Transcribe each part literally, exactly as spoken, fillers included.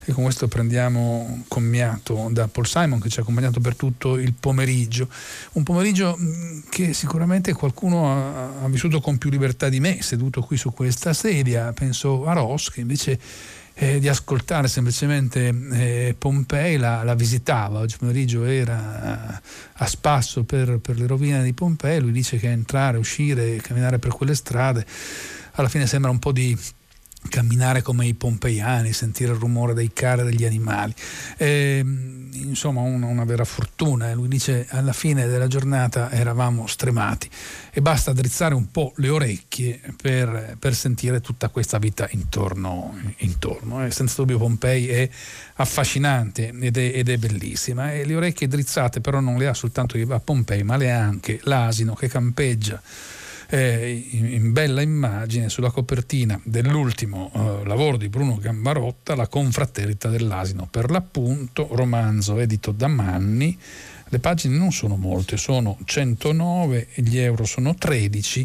E con questo prendiamo commiato da Paul Simon, che ci ha accompagnato per tutto il pomeriggio. Un pomeriggio che sicuramente qualcuno ha, ha vissuto con più libertà di me, seduto qui su questa sedia. Penso a Ross, che invece eh, di ascoltare semplicemente eh, Pompei la, la visitava. Oggi pomeriggio era a, a spasso per, per le rovine di Pompei. Lui dice che entrare, uscire, camminare per quelle strade alla fine sembra un po' di camminare come i pompeiani, sentire il rumore dei carri e degli animali. E, insomma, una, una vera fortuna. Lui dice: alla fine della giornata eravamo stremati e basta drizzare un po' le orecchie per, per sentire tutta questa vita intorno, intorno. E senza dubbio Pompei è affascinante ed è, ed è bellissima, e le orecchie drizzate però non le ha soltanto chi va a Pompei, ma le ha anche l'asino che campeggia Eh, in, in bella immagine sulla copertina dell'ultimo eh, lavoro di Bruno Gambarotta, La confraternita dell'asino, per l'appunto romanzo edito da Manni. Le pagine non sono molte, sono centonove e gli euro sono tredici,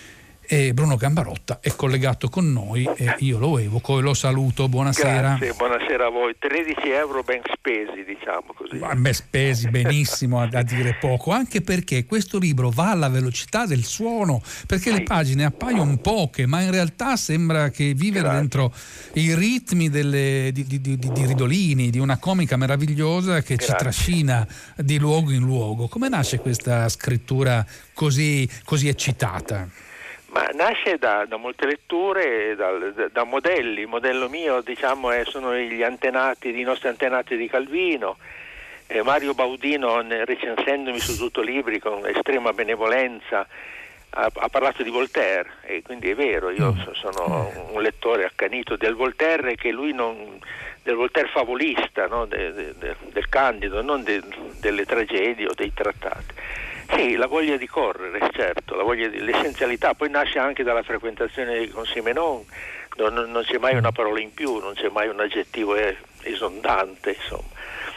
e Bruno Gambarotta è collegato con noi e io lo evoco e lo saluto. Buonasera. Grazie, buonasera a voi. tredici euro ben spesi, diciamo così. Beh, spesi benissimo, a, a dire poco, anche perché questo libro va alla velocità del suono, perché sì, le pagine appaiono poche, ma in realtà sembra che vivere Grazie. dentro i ritmi delle, di, di, di, di Ridolini, di una comica meravigliosa che Grazie. ci trascina di luogo in luogo. Come nasce questa scrittura così, così eccitata? Ma nasce da, da molte letture, da, da, da modelli. Il modello mio, diciamo, è, sono gli antenati, i nostri antenati di Calvino. Eh, Mario Baudino, recensendomi su Tutto Libri con estrema benevolenza, ha, ha parlato di Voltaire, e quindi è vero, io mm. sono un lettore accanito del Voltaire, che lui non, del Voltaire favolista, no? de, de, de, del Candido, non de, delle tragedie o dei trattati. Sì, la voglia di correre, certo, la voglia di, l'essenzialità, poi nasce anche dalla frequentazione con Simenon, non, non, non c'è mai una parola in più, non c'è mai un aggettivo esondante, insomma.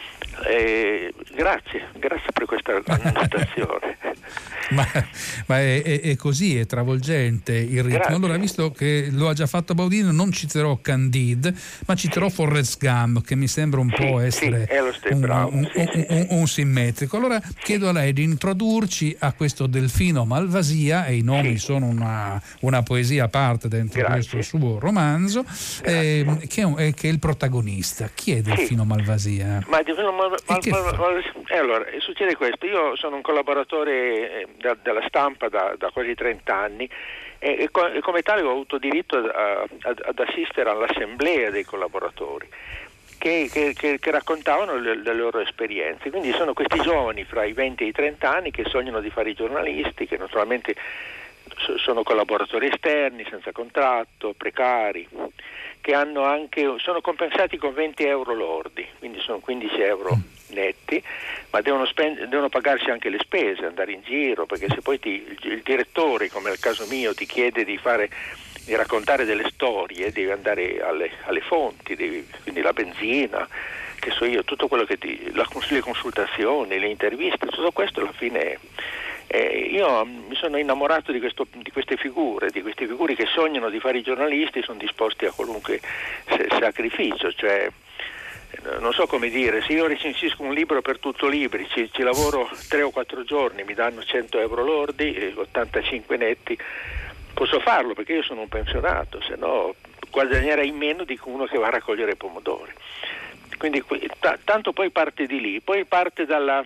Eh, grazie, grazie per questa annotazione. ma ma è, è, è così, è travolgente il ritmo. Grazie. Allora, visto che lo ha già fatto Baudino, non citerò Candide, ma citerò sì. Forrest Gump, che mi sembra un sì, po' essere sì, un, bravo, un, sì, un, sì, un, un simmetrico. Allora sì. chiedo a lei di introdurci a questo Delfino Malvasia, e i nomi sì. sono una, una poesia a parte dentro Grazie. questo suo romanzo, eh, che, è un, è, che è il protagonista. Chi è Delfino sì. Malvasia? Ma Delfino Mal- Mal- Mal- Mal- eh, allora, succede questo: io sono un collaboratore da, della stampa da, da quasi trenta anni, e, e, co- e come tale ho avuto diritto a, a, ad assistere all'assemblea dei collaboratori che, che, che, che raccontavano le, le loro esperienze. Quindi sono questi giovani fra i venti e i trenta anni che sognano di fare i giornalisti, che naturalmente so, sono collaboratori esterni, senza contratto, precari, che hanno anche, sono compensati con venti euro lordi, quindi sono quindici euro netti, ma devono, spend- devono pagarsi anche le spese, andare in giro, perché se poi ti, il, il direttore, come nel caso mio, ti chiede di fare, di raccontare delle storie, devi andare alle, alle fonti, devi, quindi la benzina, che so io, tutto quello che ti, la, le consultazioni, le interviste, tutto questo alla fine. Eh, io mi sono innamorato di, questo, di queste figure, di queste figure che sognano di fare i giornalisti, sono disposti a qualunque sacrificio, cioè non so come dire, se io recensisco un libro per Tutto Libri, ci, ci lavoro tre o quattro giorni, mi danno cento euro lordi, ottantacinque netti, posso farlo perché io sono un pensionato, se no guadagnerei meno di uno che va a raccogliere pomodori. Quindi t- tanto poi parte di lì, poi parte dalla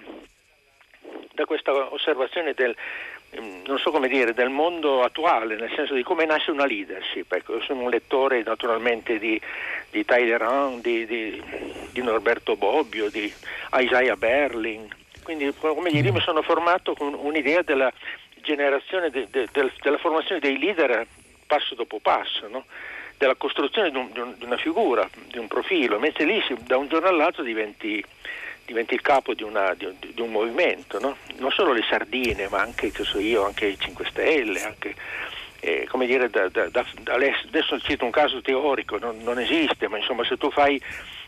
da questa osservazione del, non so come dire, del mondo attuale, nel senso di come nasce una leadership. Ecco, io sono un lettore naturalmente di, di Talleyrand, di, di, di Norberto Bobbio, di Isaiah Berlin, quindi come dire, mi sono formato con un'idea della generazione de, de, de, della formazione dei leader passo dopo passo, no? Della costruzione di, un, di, un, di una figura, di un profilo, mentre lì si, da un giorno all'altro diventi diventi il capo di, una, di, di un movimento, no? Non solo le sardine, ma anche, che so io, anche i cinque Stelle, anche eh, come dire, da, da, da, adesso cito un caso teorico, non, non esiste, ma insomma se tu fai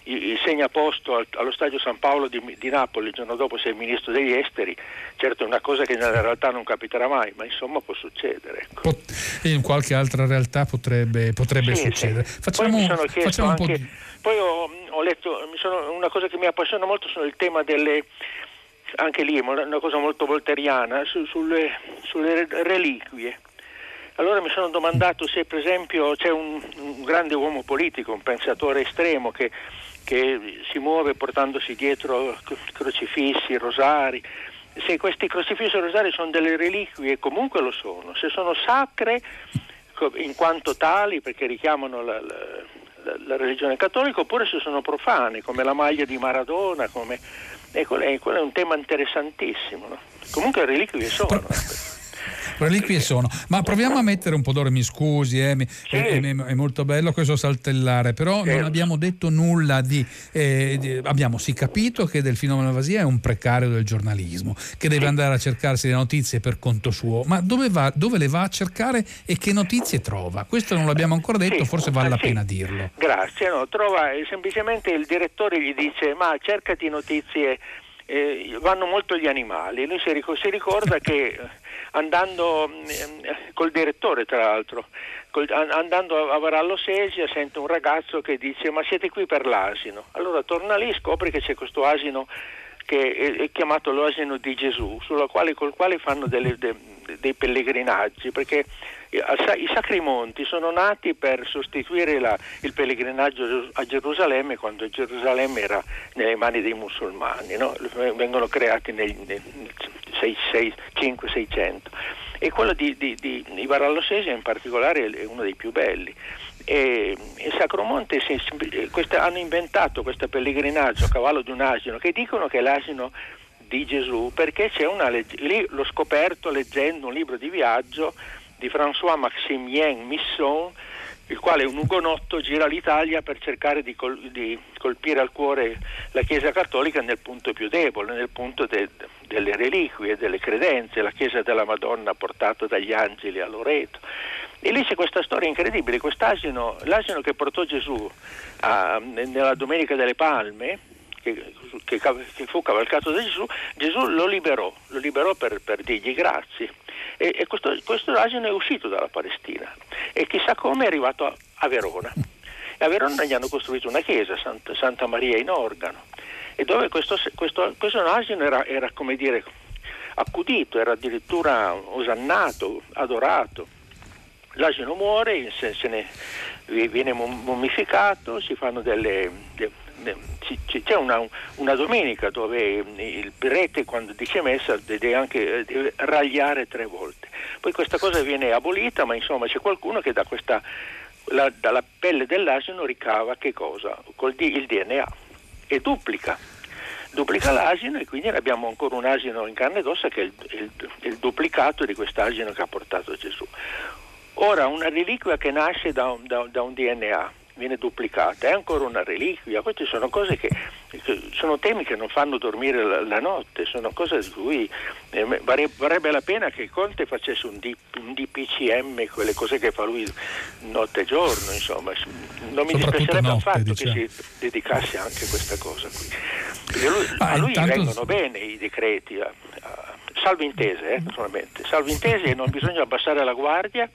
il segnaposto allo Stadio San Paolo di, di Napoli, il giorno dopo sei ministro degli esteri. Certo è una cosa che nella realtà non capiterà mai, ma insomma può succedere, ecco. Pot- in qualche altra realtà potrebbe, potrebbe sì, succedere. Sì. Facciamo, poi mi sono chiesto facciamo anche, un po' di... poi ho, ho letto, mi sono, una cosa che mi appassiona molto sono il tema delle, anche lì una cosa molto voltairiana, su, sulle, sulle reliquie. Allora mi sono domandato se per esempio c'è un, un grande uomo politico, un pensatore estremo che che si muove portandosi dietro crocifissi, rosari. Se questi crocifissi e rosari sono delle reliquie, comunque lo sono. Se sono sacre in quanto tali, perché richiamano la, la, la religione cattolica, oppure se sono profane, come la maglia di Maradona, come... Ecco, quello è un tema interessantissimo, no? Comunque reliquie sono. Però... reliquie sono, ma proviamo a mettere un po' d'oro, mi scusi, eh, mi, sì. è, è, è molto bello questo saltellare, però sì. non abbiamo detto nulla di, eh, di abbiamo sì capito che Delfino Malvasia è un precario del giornalismo, che deve sì. andare a cercarsi le notizie per conto suo, ma dove va, dove le va a cercare e che notizie trova? Questo non l'abbiamo ancora detto, sì. forse vale la sì. pena dirlo. Grazie, no, trova semplicemente il direttore gli dice ma cercati notizie, eh, vanno molto gli animali, lui si, ric- si ricorda che andando eh, col direttore tra l'altro col, andando a Varallo Sesia sente un ragazzo che dice ma siete qui per l'asino, allora torna lì, scopre che c'è questo asino che è, è chiamato l'asino di Gesù, sulla quale, col quale fanno delle, de, dei pellegrinaggi, perché i Sacri Monti sono nati per sostituire la, il pellegrinaggio a Gerusalemme quando Gerusalemme era nelle mani dei musulmani, no? Vengono creati nel, nel cinque seicento e quello di, di, di, di Varallo Sesia in particolare è uno dei più belli. E il Sacromonte si, questa, hanno inventato questo pellegrinaggio a cavallo di un asino che dicono che è l'asino di Gesù, perché c'è una legge, lì l'ho scoperto leggendo un libro di viaggio di François-Maximilien Misson, il quale è un ugonotto, gira l'Italia per cercare di, col, di colpire al cuore la Chiesa Cattolica nel punto più debole, nel punto de, delle reliquie, delle credenze, la Chiesa della Madonna portata dagli angeli a Loreto. E lì c'è questa storia incredibile, quest'asino, l'asino che portò Gesù a, nella Domenica delle Palme, che, che, che fu cavalcato da Gesù, Gesù lo liberò, lo liberò per, per dirgli grazie. E, e questo, questo asino è uscito dalla Palestina e chissà come è arrivato a, a Verona. E a Verona gli hanno costruito una chiesa, Santa, Santa Maria in Organo, e dove questo, questo, questo asino era, era come dire accudito, era addirittura osannato, adorato. L'asino muore, se, se ne viene mummificato, si fanno delle, de, de, c'è una, una domenica dove il prete quando dice messa deve anche deve ragliare tre volte. Poi questa cosa viene abolita, ma insomma c'è qualcuno che da questa la, dalla pelle dell'asino ricava che cosa? Col D, il D N A e duplica. duplica l'asino e quindi abbiamo ancora un asino in carne ed ossa che è il, il, il duplicato di quest'asino che ha portato Gesù. Ora, una reliquia che nasce da un, da, da un D N A viene duplicata, è ancora una reliquia. Queste sono cose che, che sono temi che non fanno dormire la, la notte, sono cose di cui eh, varrebbe la pena che Conte facesse un, D, un D P C M, quelle cose che fa lui notte e giorno, insomma. Non mi dispiacerebbe affatto diciamo. che si dedicasse anche a questa cosa qui. Lui, ah, a lui intanto... vengono bene i decreti, a, a, salvo intese, eh, naturalmente, salvo intese e non bisogna abbassare la guardia.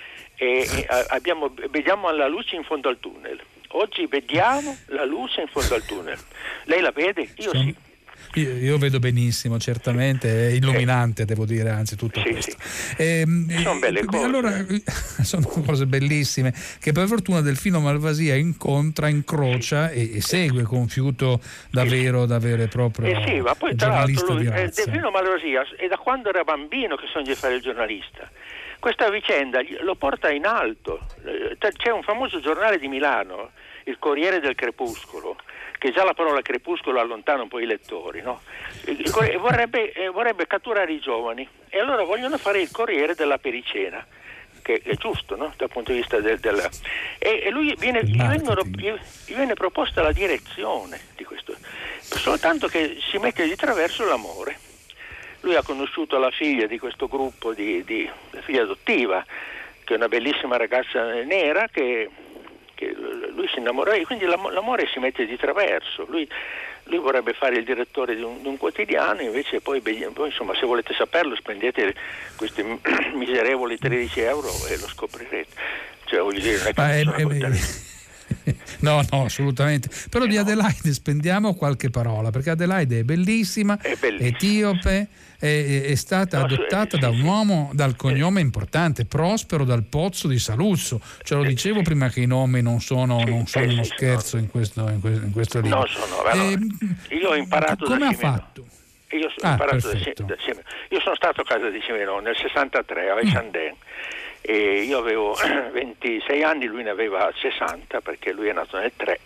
E, e abbiamo, vediamo la luce in fondo al tunnel. Oggi vediamo la luce in fondo al tunnel. Lei la vede? Io Sono, sì. Io, io vedo benissimo, certamente, è illuminante, eh. devo dire, anzi tutto sì, questo. Sì. Eh, sono belle eh, cose. Allora, sono cose bellissime che per fortuna Delfino Malvasia incontra, incrocia sì. e, e segue confiuto davvero, sì. davvero e proprio eh sì, ma poi tra l'altro lui, eh, Delfino Malvasia è da quando era bambino che sogna di fare il giornalista. Questa vicenda lo porta in alto. C'è un famoso giornale di Milano, il Corriere del Crepuscolo, che già la parola crepuscolo allontana un po' i lettori, no? vorrebbe, vorrebbe catturare i giovani e allora vogliono fare il Corriere della Pericena, che è giusto, no? Dal punto di vista del... del e, e lui viene, gli, vengono, gli viene proposta la direzione di questo, soltanto che si mette di traverso l'amore. Lui ha conosciuto la figlia di questo gruppo, di, di la figlia adottiva, che è una bellissima ragazza nera che, che lui si innamora e quindi l'amore si mette di traverso. Lui, lui vorrebbe fare il direttore di un, di un quotidiano, invece poi, poi insomma, se volete saperlo spendete questi miserevoli tredici euro e lo scoprirete. Cioè, voglio dire, non è che Ma è, è, No, no, assolutamente. Però eh di no. Adelaide spendiamo qualche parola, perché Adelaide è bellissima, è bellissima. etiope, è, è stata no, adottata sì, da sì, un uomo dal cognome eh. importante, Prospero dal Pozzo di Saluzzo. Ce lo Eh, dicevo sì. prima che i nomi non sono, Sì, non sono eh, uno sì, scherzo no. in questo, in questo, in questo libro. No, sono, allora, Eh, io ho imparato come da ha Simenon. fatto? Io sono Ah, imparato da, perfetto. da Simenon. Io sono stato a casa di Simenon nel sessantatré a Echandin. E io avevo ventisei anni, lui ne aveva sessanta perché lui è nato nel tre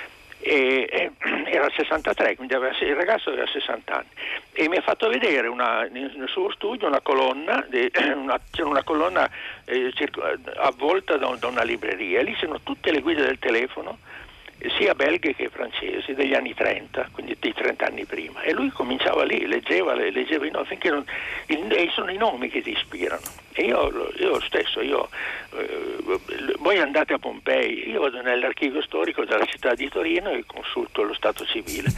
e, e era il sessantatré, quindi aveva, il ragazzo aveva sessanta anni e mi ha fatto vedere una, nel suo studio una colonna, di, una, c'era una colonna eh, circo, avvolta da, da una libreria e lì sono tutte le guide del telefono sia belghe che francesi degli anni trenta, quindi di trenta anni prima, e lui cominciava lì, leggeva, leggeva i nomi, finché non, il, sono i nomi che ti ispirano. E io, io stesso, io, eh, voi andate a Pompei, io vado nell'archivio storico della città di Torino e consulto lo stato civile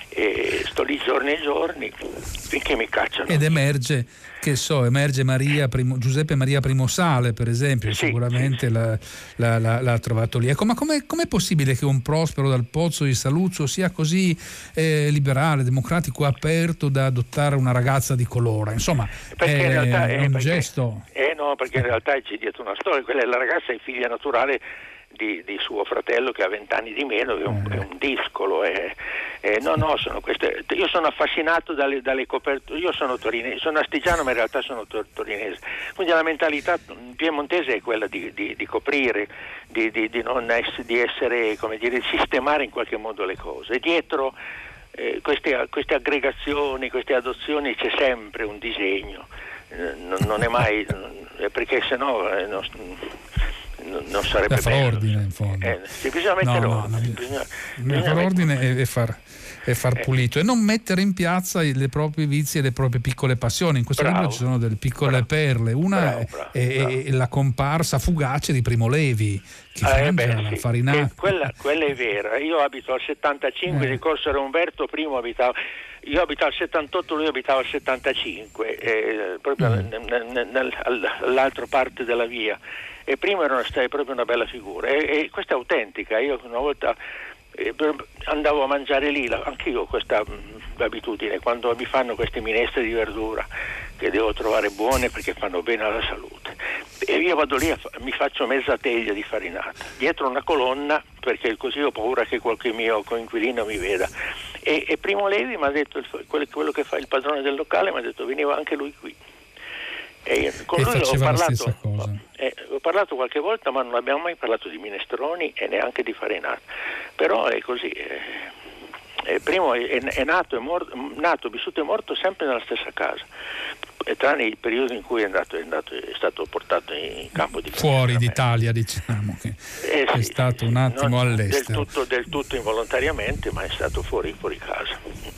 e sto lì giorni e giorni finché mi cacciano. Ed emerge, che so, emerge Maria Primo, Giuseppe Maria Primosale, per esempio, sì, sicuramente sì, sì. L'ha, l'ha, l'ha, l'ha trovato lì. Ecco, ma com'è, com'è possibile che un Prospero dal Pozzo di Saluzzo sia così eh, liberale, democratico, aperto da adottare una ragazza di colore? Insomma, perché è, in realtà è è un perché, gesto. Eh no, perché in realtà c'è dietro una storia, quella è la ragazza è figlia naturale Di, di suo fratello che ha vent'anni di meno, è un, è un discolo. È, è, no, no, sono queste. Io sono affascinato dalle, dalle coperture. Io sono torinese, sono astigiano, ma in realtà sono tor- torinese. Quindi la mentalità piemontese è quella di, di, di coprire, di, di, di non essere, di essere, come dire, sistemare in qualche modo le cose. E dietro eh, queste, queste aggregazioni, queste adozioni c'è sempre un disegno. Eh, non, non è mai perché sennò eh, non, non sarebbe da far bello. ordine in fondo. Eh, sì, bisogna mettere no, no, ordine, no, bisogna, bisogna bisogna far ordine mettere... e far, e far eh. pulito e non mettere in piazza le proprie vizi e le proprie piccole passioni. In questo Bravo. libro ci sono delle piccole Bravo. perle. Una Bravo, bravo, è, bravo. è la comparsa fugace di Primo Levi che Ah, eh, mangia beh, la sì. farinata. Eh, quella, quella è vera. Io abito al settantacinque Eh. di Corso Re Umberto I, abitavo io abitavo al settantotto, lui abitava al settantacinque, eh, proprio Mm. nel, nel, nel, all'altra parte della via, e prima era stata proprio una bella figura e, e questa è autentica. Io una volta eh, andavo a mangiare lì, anche io ho questa mh, abitudine, quando mi fanno queste minestre di verdura che devo trovare buone perché fanno bene alla salute, e io vado lì, a, mi faccio mezza teglia di farinata dietro una colonna perché così ho paura che qualche mio coinquilino mi veda, e, e Primo Levi mi ha detto, quello, quello che fa il padrone del locale, mi ha detto veniva anche lui qui. E io, con e lui ho parlato, cosa. eh, ho parlato qualche volta, ma non abbiamo mai parlato di minestroni e neanche di farinata. Però è così. Eh, eh, Primo è, è nato, è morto, nato, vissuto e morto sempre nella stessa casa, e tranne il periodo in cui è, andato, è, andato, è stato portato in campo di fuori d'Italia, diciamo che eh, è sì, stato un attimo non all'estero. Del tutto, del tutto involontariamente, ma è stato fuori, fuori casa.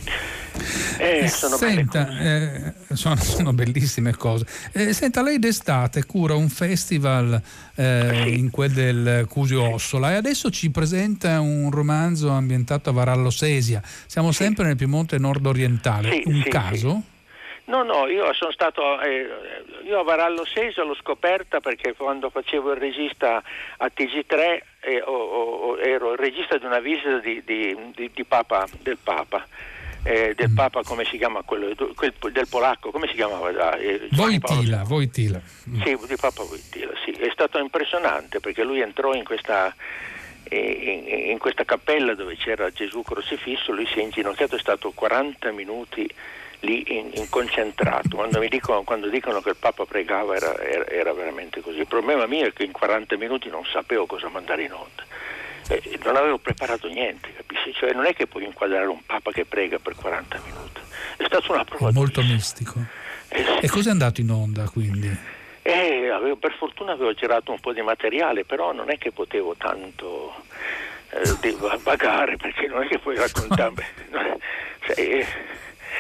Eh, sono Senta, belle eh, sono, sono bellissime cose. Eh, senta, lei d'estate cura un festival eh, sì. in quel del Cusio Ossola e adesso ci presenta un romanzo ambientato a Varallo Sesia. Siamo sì. sempre nel Piemonte nord-orientale. Sì, un sì, caso? Sì. No, no, io sono stato, eh, io a Varallo Sesia l'ho scoperta perché quando facevo il regista a T G tre eh, o, o, ero il regista di una visita di, di, di, di Papa, del Papa. Eh, del Papa, come si chiama quello, quel, del polacco, come si chiamava già? Eh, Wojtyla, Wojtyla. Sì, di Papa Wojtyla, sì. È stato impressionante perché lui entrò in questa, in, in questa cappella dove c'era Gesù crocifisso, lui si è inginocchiato, è stato quaranta minuti lì in, in concentrato. Quando mi dicono, quando dicono che il Papa pregava era, era, era veramente così. Il problema mio è che in quaranta minuti non sapevo cosa mandare in onda. Eh, non avevo preparato niente, capisci? Cioè non è che puoi inquadrare un Papa che prega per quaranta minuti. È stata una prova molto mistico. Eh, sì. E cos'è andato in onda quindi? Eh, avevo, per fortuna avevo girato un po' di materiale, però non è che potevo tanto eh, vagare, perché non è che puoi raccontarmi. Cioè,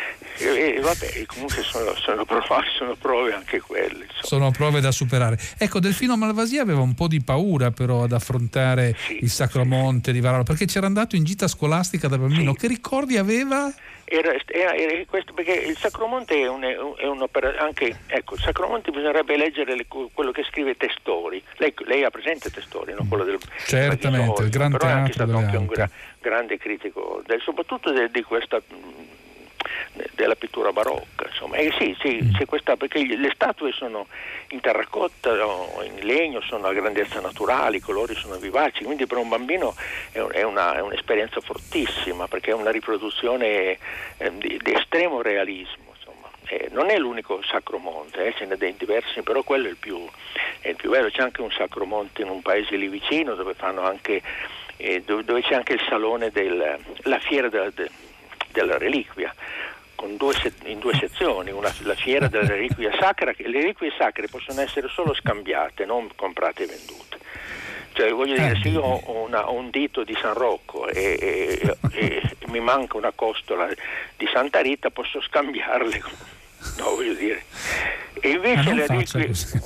e, e vabbè, comunque sono, sono, prove, sono prove anche quelle. Insomma. Sono prove da superare. Ecco, Delfino Malvasia aveva un po' di paura però ad affrontare sì, il Sacromonte sì. di Varano, perché c'era andato in gita scolastica da bambino. Sì. Che ricordi aveva? Era, era, era questo, perché il Sacromonte è, un, è un'opera, anche, ecco, il Sacromonte bisognerebbe leggere le, quello che scrive Testori. Lei, lei ha presente Testori, no? Quello del certamente, il Gran Teatro, però è anche stato anche un gra, Alpi. grande critico del, soprattutto de, di questa della pittura barocca, insomma. E sì, sì, mm. c'è questa, perché le statue sono in terracotta o in legno, sono a grandezza naturale, i colori sono vivaci, quindi per un bambino è, un, è, una, è un'esperienza fortissima, perché è una riproduzione eh, di, di estremo realismo, insomma. Eh, non è l'unico Sacromonte, eh, ce n'è dei diversi, però quello è il più, è il più bello. C'è anche un Sacromonte in un paese lì vicino dove fanno anche eh, dove, dove c'è anche il salone del la fiera della, de, della reliquia, con due se- in due sezioni, una, la fiera della reliquia sacra, che le reliquie sacre possono essere solo scambiate, non comprate e vendute. Cioè, voglio dire, se io ho, una, ho un dito di San Rocco e, e, e mi manca una costola di Santa Rita, posso scambiarle, no, voglio dire. E invece le reliquie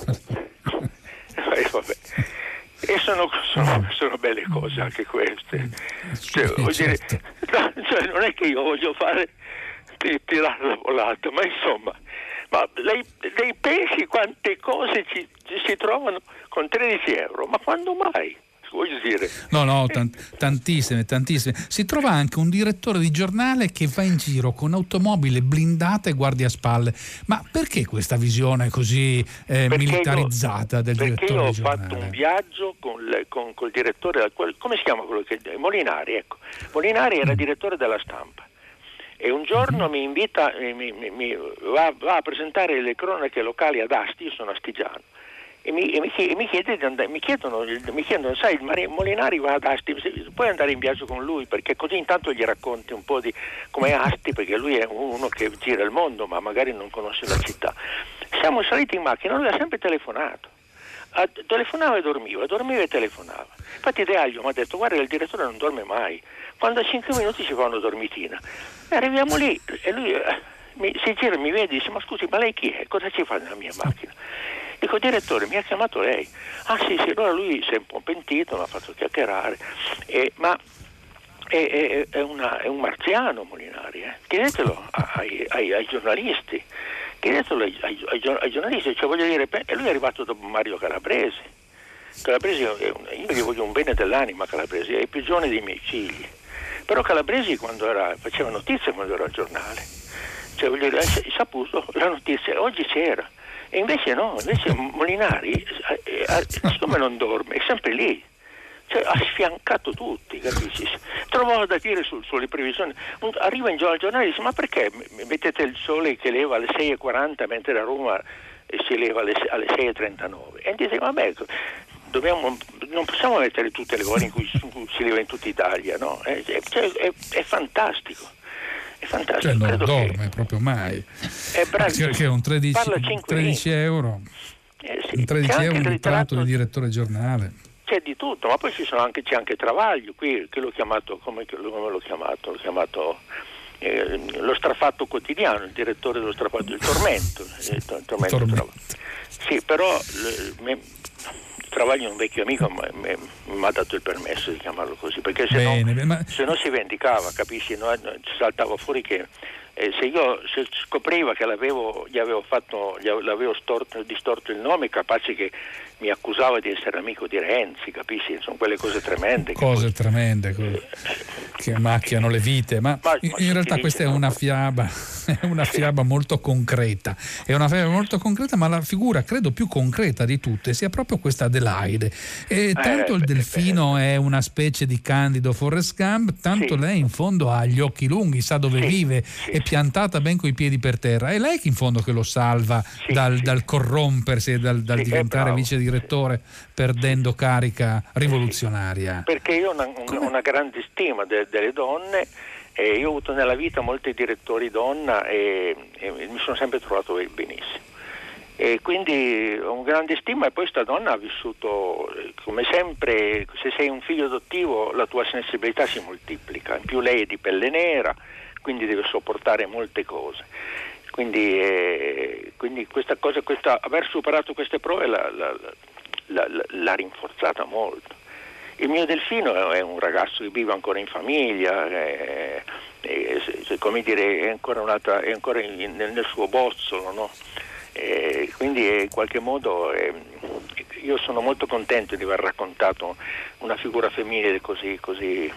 eh, vabbè. E sono, sono, sono belle cose anche queste. Cioè, voglio dire, no, cioè, non è che io voglio fare di tirare la volata, ma insomma, ma lei, lei pensi quante cose ci, ci si trovano con tredici euro, ma quando mai? Voglio dire. No, no, tant- tantissime, tantissime. Si trova anche un direttore di giornale che va in giro con automobile blindata e guardiaspalle. Ma perché questa visione così eh, militarizzata io, del direttore di giornale? Perché io ho fatto un viaggio con, le, con col direttore, quel, come si chiama quello che Molinari, ecco. Molinari era mm. direttore della Stampa. E un giorno mm-hmm. mi invita, mi, mi, mi va, va a presentare le cronache locali ad Asti, io sono astigiano, e mi, e mi, chiede, mi, chiede di andare, mi, chiedono, mi chiedono, sai, il Molinari va ad Asti, puoi andare in viaggio con lui, perché così intanto gli racconti un po' di com'è Asti, perché lui è uno che gira il mondo, ma magari non conosce la città. Siamo saliti in macchina, lui ha sempre telefonato. A, telefonava e dormiva, dormiva e telefonava. Infatti De Aglio mi ha detto, guarda, il direttore non dorme mai, quando a cinque minuti ci fa una dormitina. E arriviamo lì e lui eh, mi, si gira e mi vede e dice, ma scusi, ma lei chi è? Cosa ci fa nella mia macchina? Dico, direttore, mi ha chiamato lei. Ah sì, sì, allora lui si è un po' pentito, mi ha fatto chiacchierare, eh, ma è, è, è, una, è un marziano Molinari, eh. Chiedetelo ai, ai, ai giornalisti. Chiedetelo ai, ai, ai giornalisti, cioè voglio dire, e lui è arrivato dopo Mario Calabresi. Calabresi è un, io gli voglio un bene dell'anima a Calabresi, è il più giovane dei miei figli. Però Calabresi quando era, faceva notizie quando era al giornale, cioè voglio dire, hai saputo la notizia, oggi c'era, e invece no, invece Molinari, eh, eh, siccome non dorme, è sempre lì. Cioè, ha sfiancato tutti, capisci? Trovavo da dire su, sulle previsioni. Arriva in al giornale e dice, ma perché mettete il sole che leva alle sei e quaranta mentre a Roma si leva alle, alle sei e trentanove? E dice, vabbè, dobbiamo, non possiamo mettere tutte le ore in cui, in cui si leva in tutta Italia, no? È, cioè, è, è fantastico. È fantastico. Cioè non Credo dorme che, proprio mai. È bravissimo. Perché un tredici euro, eh sì, un tredici euro il ritratto di direttore giornale. C'è di tutto, ma poi ci sono anche, c'è anche Travaglio qui, che l'ho chiamato, come, come l'ho chiamato? L'ho chiamato eh, lo strafatto quotidiano, il direttore dello strafatto, il tormento. Il, to- il tormento, il tormento. Sì, però le, me, Travaglio è un vecchio amico, ma mi ha dato il permesso di chiamarlo così, perché se no, ma... se no si vendicava, capisci? No? Saltava fuori che eh, se io se scopriva che l'avevo, gli avevo fatto, gli l'avevo storto, distorto il nome, capace che mi accusava di essere amico di Renzi, capisci? Sono quelle cose tremende. Cose poi, tremende cose, che macchiano le vite, ma, ma in, in realtà questa dice, è una fiaba, è una sì. fiaba molto concreta, è una fiaba molto concreta, ma la figura credo più concreta di tutte sia proprio questa Adelaide. E tanto eh, il delfino beh, beh. è una specie di Candido Forrest Gump, tanto sì. lei in fondo ha gli occhi lunghi, sa dove sì. vive, sì. è piantata ben coi piedi per terra. È lei che in fondo che lo salva sì, dal, sì. dal corrompersi e dal, dal sì, diventare vice direttore perdendo sì. carica rivoluzionaria. Perché io ho una, una, una grande stima de, delle donne, e io ho avuto nella vita molti direttori donna e, e mi sono sempre trovato benissimo, e quindi ho un grande stima. E poi sta donna ha vissuto, come sempre, se sei un figlio adottivo la tua sensibilità si moltiplica, in più lei è di pelle nera, quindi deve sopportare molte cose. Quindi, eh, quindi questa cosa, questa, aver superato queste prove l'ha, l'ha, l'ha, l'ha rinforzata molto. Il mio Delfino è un ragazzo che vive ancora in famiglia, è, è, è, come dire, è ancora, un'altra, è ancora in, nel suo bozzolo, no? E quindi in qualche modo eh, io sono molto contento di aver raccontato una figura femminile così così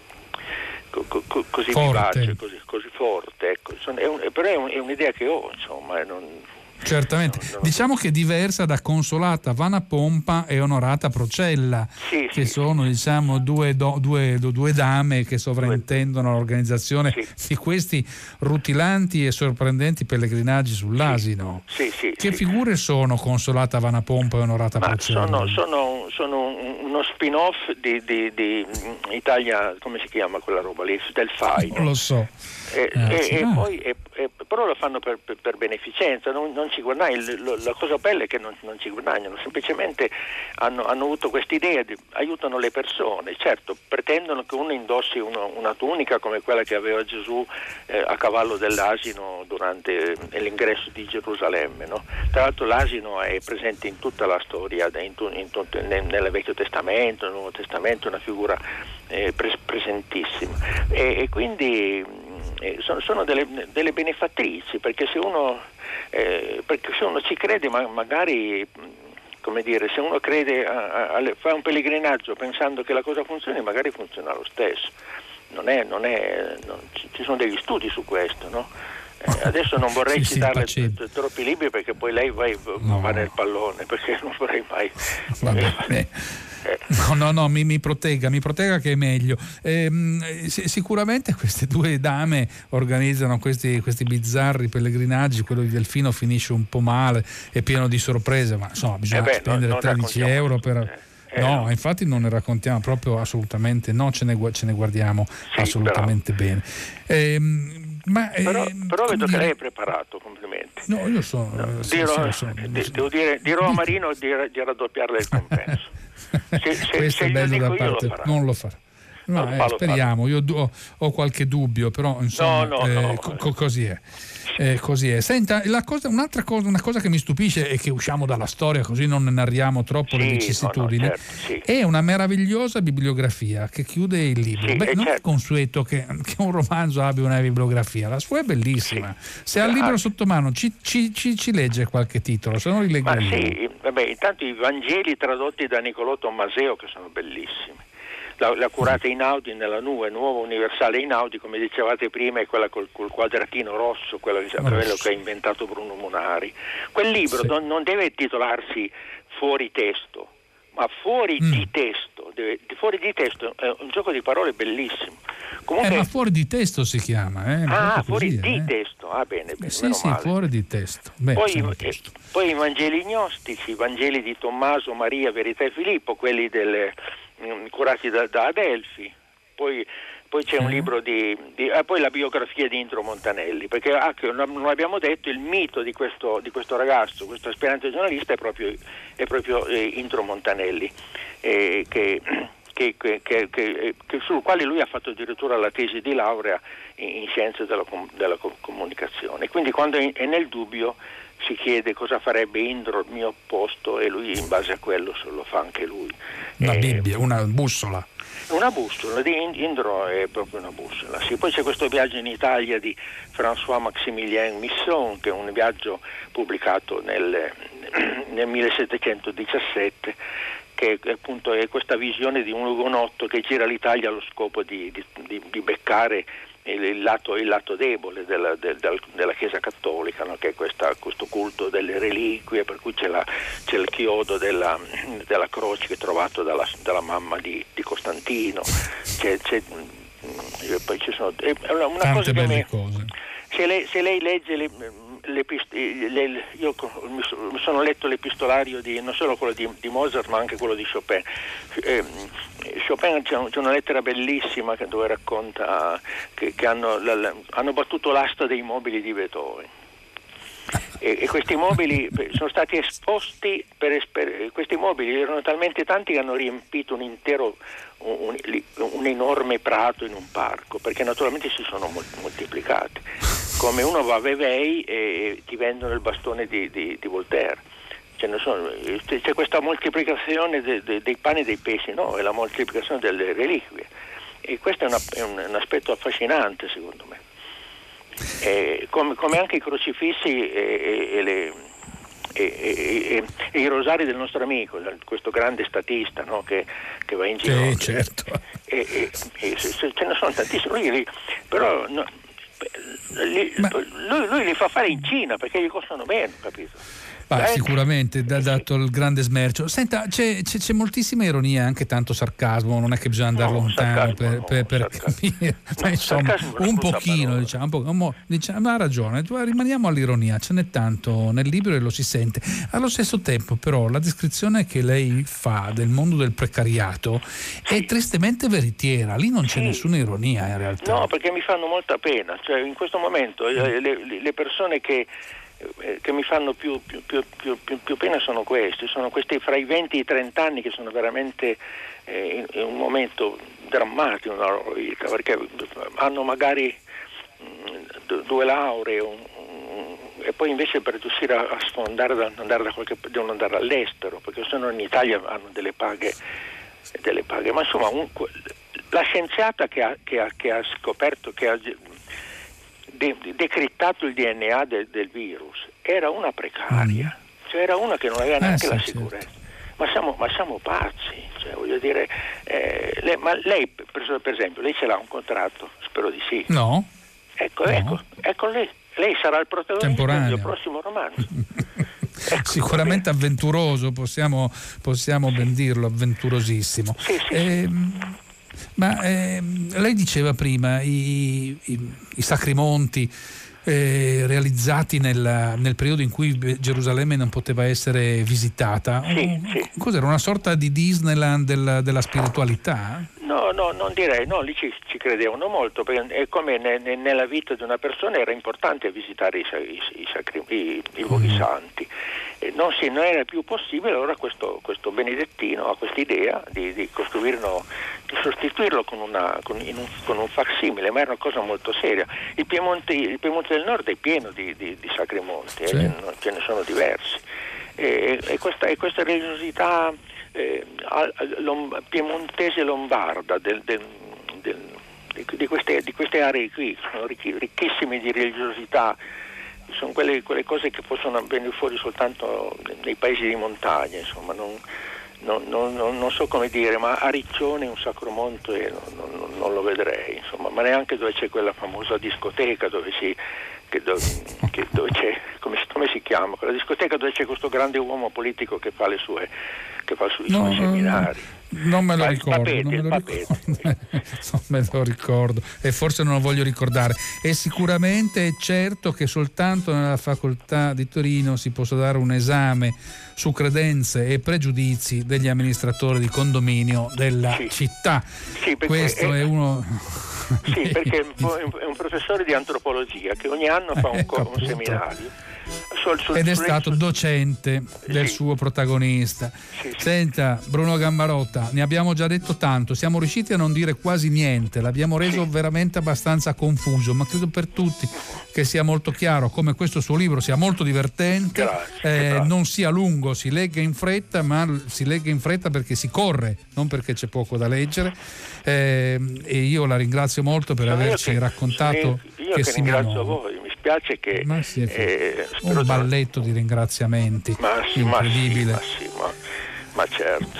co, co, così vivace, così, così forte, ecco. È un, però è, un, è un'idea che ho, insomma, non, certamente. non, non... Diciamo che è diversa da Consolata Vana Pompa e Onorata Procella, sì, che sì, sono sì. diciamo due, do, due, due dame che sovrintendono l'organizzazione sì. di questi rutilanti e sorprendenti pellegrinaggi sull'asino. Sì, sì, che sì. figure sono Consolata Vana Pompa e Onorata Ma Procella? Sono, sono, sono uno spin-off di, di, di Italia, come si chiama quella roba lì? Del Fai. Non lo so. E, e, e poi, e, e, però lo fanno per, per, per beneficenza, non, non ci guadagnano. La cosa bella è che non, non ci guadagnano, semplicemente hanno, hanno avuto quest'idea, di, aiutano le persone. Certo, pretendono che uno indossi uno, una tunica come quella che aveva Gesù eh, a cavallo dell'asino durante l'ingresso di Gerusalemme, no? Tra l'altro l'asino è presente in tutta la storia, in, in, in, nel, nel Vecchio Testamento, nel Nuovo Testamento, è una figura eh, pres- presentissima e, e quindi Eh, sono, sono delle, delle benefattrici, perché se uno eh, perché se uno ci crede, ma magari come dire, se uno crede a, a, a, fa un pellegrinaggio pensando che la cosa funzioni, magari funziona lo stesso. Non è, non è, non, ci sono degli studi su questo, no? Eh, adesso non vorrei sì, citarle sì, t- t- troppi libri, perché poi lei va, no. va nel pallone, perché non vorrei mai. Vabbè, eh. No, no, no, mi, mi protegga, mi protegga che è meglio. Eh, sicuramente queste due dame organizzano questi, questi bizzarri pellegrinaggi, quello di Delfino finisce un po' male, è pieno di sorprese, ma insomma bisogna eh beh, spendere non, non tredici euro per... Eh, no, no, infatti non ne raccontiamo proprio assolutamente, no, ce ne, ce ne guardiamo sì, assolutamente però. bene. Eh, ma, però, eh, però vedo dire... che lei è preparato, complimenti. No, io sono... No, sì, dirò, sì, sono de, devo dire, dirò a Marino di, di raddoppiarle il compenso. Se, se, Questo se è bello da io, parte, lo non lo farà. No, no, eh, fallo, speriamo, fallo. io ho, ho qualche dubbio, però insomma no, no, eh, no. Co- così è. Eh, così è. Senta, la cosa, un'altra cosa, una cosa che mi stupisce è che usciamo dalla storia, così non ne narriamo troppo sì, le vicissitudini. No, no, certo, sì. È una meravigliosa bibliografia che chiude il libro. Sì, Beh, non certo. è consueto che, che un romanzo abbia una bibliografia, la sua è bellissima. Sì. Se ha il libro sotto mano ci, ci, ci, ci legge qualche titolo, se no li leggo Ma io. sì, vabbè, intanto i Vangeli tradotti da Niccolò Tommaseo, che sono bellissimi. La, la curata Einaudi nella Nue, Nuova Universale Einaudi, come dicevate prima, è quella col, col quadratino rosso, quello che, quello che ha inventato Bruno Munari. Quel libro sì. non, non deve titolarsi Fuori testo, ma Fuori mm. di testo. Deve, fuori di testo è un gioco di parole bellissimo. Comunque, eh, ma Fuori di testo si chiama. Eh? Ah, Fuori così, di eh? testo. Ah, bene, bene. Sì, meno sì, male. Fuori di testo. Beh, poi, eh, testo. poi i Vangeli gnostici, i Vangeli di Tommaso, Maria, Verità e Filippo, quelli delle, mh, curati da, da Adelfi. Poi, poi c'è un libro di, di ah, poi la biografia di Indro Montanelli, perché ah, che non abbiamo detto, il mito di questo, di questo ragazzo, questo aspirante giornalista è proprio, è proprio eh, Indro Montanelli, eh, che, che, che, che, che, che sul quale lui ha fatto addirittura la tesi di laurea in, in scienze della, della comunicazione. Quindi quando è nel dubbio si chiede cosa farebbe Indro al mio posto, e lui in base a quello lo fa anche lui. Una eh, Bibbia, una bussola. Una bussola, di Indro è proprio una bussola. Sì, poi c'è questo viaggio in Italia di François-Maximilien Misson, che è un viaggio pubblicato nel, nel millesettecentodiciassette, che appunto è questa visione di un ugonotto che gira l'Italia allo scopo di, di, di beccare il, il, lato, il lato debole della, del, della Chiesa Cattolica, no? Che è questa, questo culto delle reliquie, per cui c'è, la, c'è il chiodo della, della croce che è trovato dalla, dalla mamma di, di Costantino, c'è, c'è, poi ci sono è una, una tante cosa belle che me, cose. Se lei, se lei legge le, le, le, io mi sono letto l'epistolario di non solo quello di, di Mozart, ma anche quello di Chopin. Eh, Chopin c'è, c'è una lettera bellissima che, dove racconta che, che hanno, la, hanno battuto l'asta dei mobili di Beethoven. e, e questi mobili sono stati esposti per, per questi mobili erano talmente tanti che hanno riempito un intero un, un, un enorme prato in un parco, perché naturalmente si sono moltiplicati, come uno va a Vevey e ti vendono il bastone di, di, di Voltaire. Ce ne sono, c'è questa moltiplicazione de, de, dei pani e dei pesci, no? È la moltiplicazione delle reliquie, e questo è, una, è un, un aspetto affascinante secondo me, e come, come anche i crocifissi e, e, e, le, e, e, e i rosari del nostro amico, questo grande statista, no? che, che va in giro, eh, certo. e, e, e, ce ne sono tantissimi, lui, però no, lui, Ma... lui, lui li fa fare in Cina perché gli costano meno, capito? Ah, sicuramente, da, dato il grande smercio. Senta, c'è, c'è, c'è moltissima ironia, anche tanto sarcasmo, non è che bisogna andare no, lontano per, no, per, per capire, ma insomma un pochino, diciamo, un po', un po', diciamo, ma ha ragione, rimaniamo all'ironia, ce n'è tanto nel libro e lo si sente. Allo stesso tempo però la descrizione che lei fa del mondo del precariato è sì. tristemente veritiera, lì non c'è sì. nessuna ironia in realtà. No, perché mi fanno molta pena, cioè in questo momento le, le persone che che mi fanno più, più, più, più, più, più pena sono questi, sono questi fra i venti e i trenta anni che sono veramente eh, in, in un momento drammatico nella loro vita, perché hanno magari mh, due lauree un, un, e poi invece per riuscire a, a sfondare andare da qualche, devono andare all'estero, perché se no in Italia hanno delle paghe delle paghe ma insomma un, la scienziata che ha, che ha, che ha scoperto che ha De- decrittato il D N A del, del virus era una precaria, mm. cioè era una che non aveva neanche eh, la sì, sicurezza. Certo. Ma siamo, ma siamo pazzi, cioè, voglio dire, eh, lei, ma lei per, per esempio, lei ce l'ha un contratto? Spero di sì. No. Ecco, no. ecco, ecco lei, lei sarà il protagonista del mio prossimo romanzo. Ecco, sicuramente avventuroso, possiamo, possiamo sì. ben dirlo, avventurosissimo. Sì, sì, eh, sì. Ma eh, lei diceva prima i, i, i Sacri Monti eh, realizzati nel, nel periodo in cui Gerusalemme non poteva essere visitata. Sì, sì. Cos'era? Una sorta di Disneyland del, della spiritualità? No, no, non direi, no, lì ci, ci credevano molto, perché è come ne, ne, nella vita di una persona era importante visitare i, i, i, sacri, i, i luoghi mm. santi. E non, si, non era più possibile, allora questo, questo benedettino ha questa idea di, di costruirlo, di sostituirlo con, una, con, in un, con un facsimile, ma era una cosa molto seria. Il Piemonte, il Piemonte del Nord è pieno di, di, di sacri monti, sì. eh, ce ne sono diversi. E, e, questa, e questa religiosità eh, piemontese lombarda del, del, del, di, queste, di queste aree qui, sono ricchi, ricchissime di religiosità, sono quelle, quelle cose che possono venire fuori soltanto nei paesi di montagna, insomma, non, non, non, non so come dire, ma a Riccione un sacromonte eh, non, non, non lo vedrei, insomma, ma neanche dove c'è quella famosa discoteca dove si che dove, che dove c'è come, come si chiama quella discoteca dove c'è questo grande uomo politico che fa le sue che fa i no, suoi seminari. Non me lo Ma ricordo, papete, non, me lo papete. ricordo non me lo ricordo e forse non lo voglio ricordare. E sicuramente è certo che soltanto nella facoltà di Torino si possa dare un esame su credenze e pregiudizi degli amministratori di condominio della sì. città. Sì, questo è, è uno sì, perché è un professore di antropologia che ogni anno fa un, ecco, un seminario sul, sul, ed è sul, stato sul, docente del sì. suo protagonista. Sì, sì. Senta, Bruno Gambarotta, ne abbiamo già detto tanto, siamo riusciti a non dire quasi niente, l'abbiamo reso sì. veramente abbastanza confuso, ma credo per tutti che sia molto chiaro come questo suo libro sia molto divertente, grazie, eh, grazie. non sia lungo, si legga in fretta, ma si legga in fretta perché si corre, non perché c'è poco da leggere. Eh, e io la ringrazio molto per sono averci che, raccontato io che che ringrazio voi, mi spiace che ma sì, eh, un balletto di ringraziamenti ma sì, incredibile, ma, sì, ma, sì, ma, ma certo.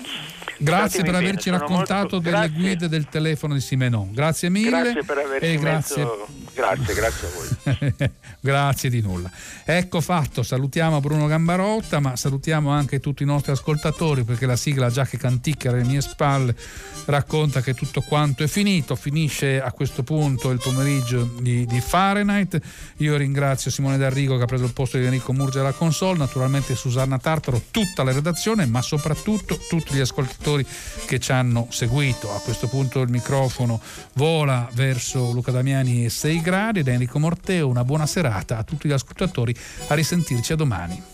Grazie Statemi per averci bene, raccontato molto... delle grazie. guide del telefono di Simenon. Grazie mille. Grazie per averci e grazie. Messo... grazie, grazie a voi. Grazie di nulla. Ecco fatto, salutiamo Bruno Gambarotta, ma salutiamo anche tutti i nostri ascoltatori, perché la sigla già che canticchia alle mie spalle racconta che tutto quanto è finito. Finisce a questo punto il pomeriggio di, di Fahrenheit. Io ringrazio Simone D'Arrigo che ha preso il posto di Enrico Murgia alla console, naturalmente Susanna Tartaro, tutta la redazione, ma soprattutto tutti gli ascoltatori ascoltatori che ci hanno seguito. A questo punto il microfono vola verso Luca Damiani e sei gradi, da Enrico Morteo. Una buona serata a tutti gli ascoltatori, a risentirci a domani.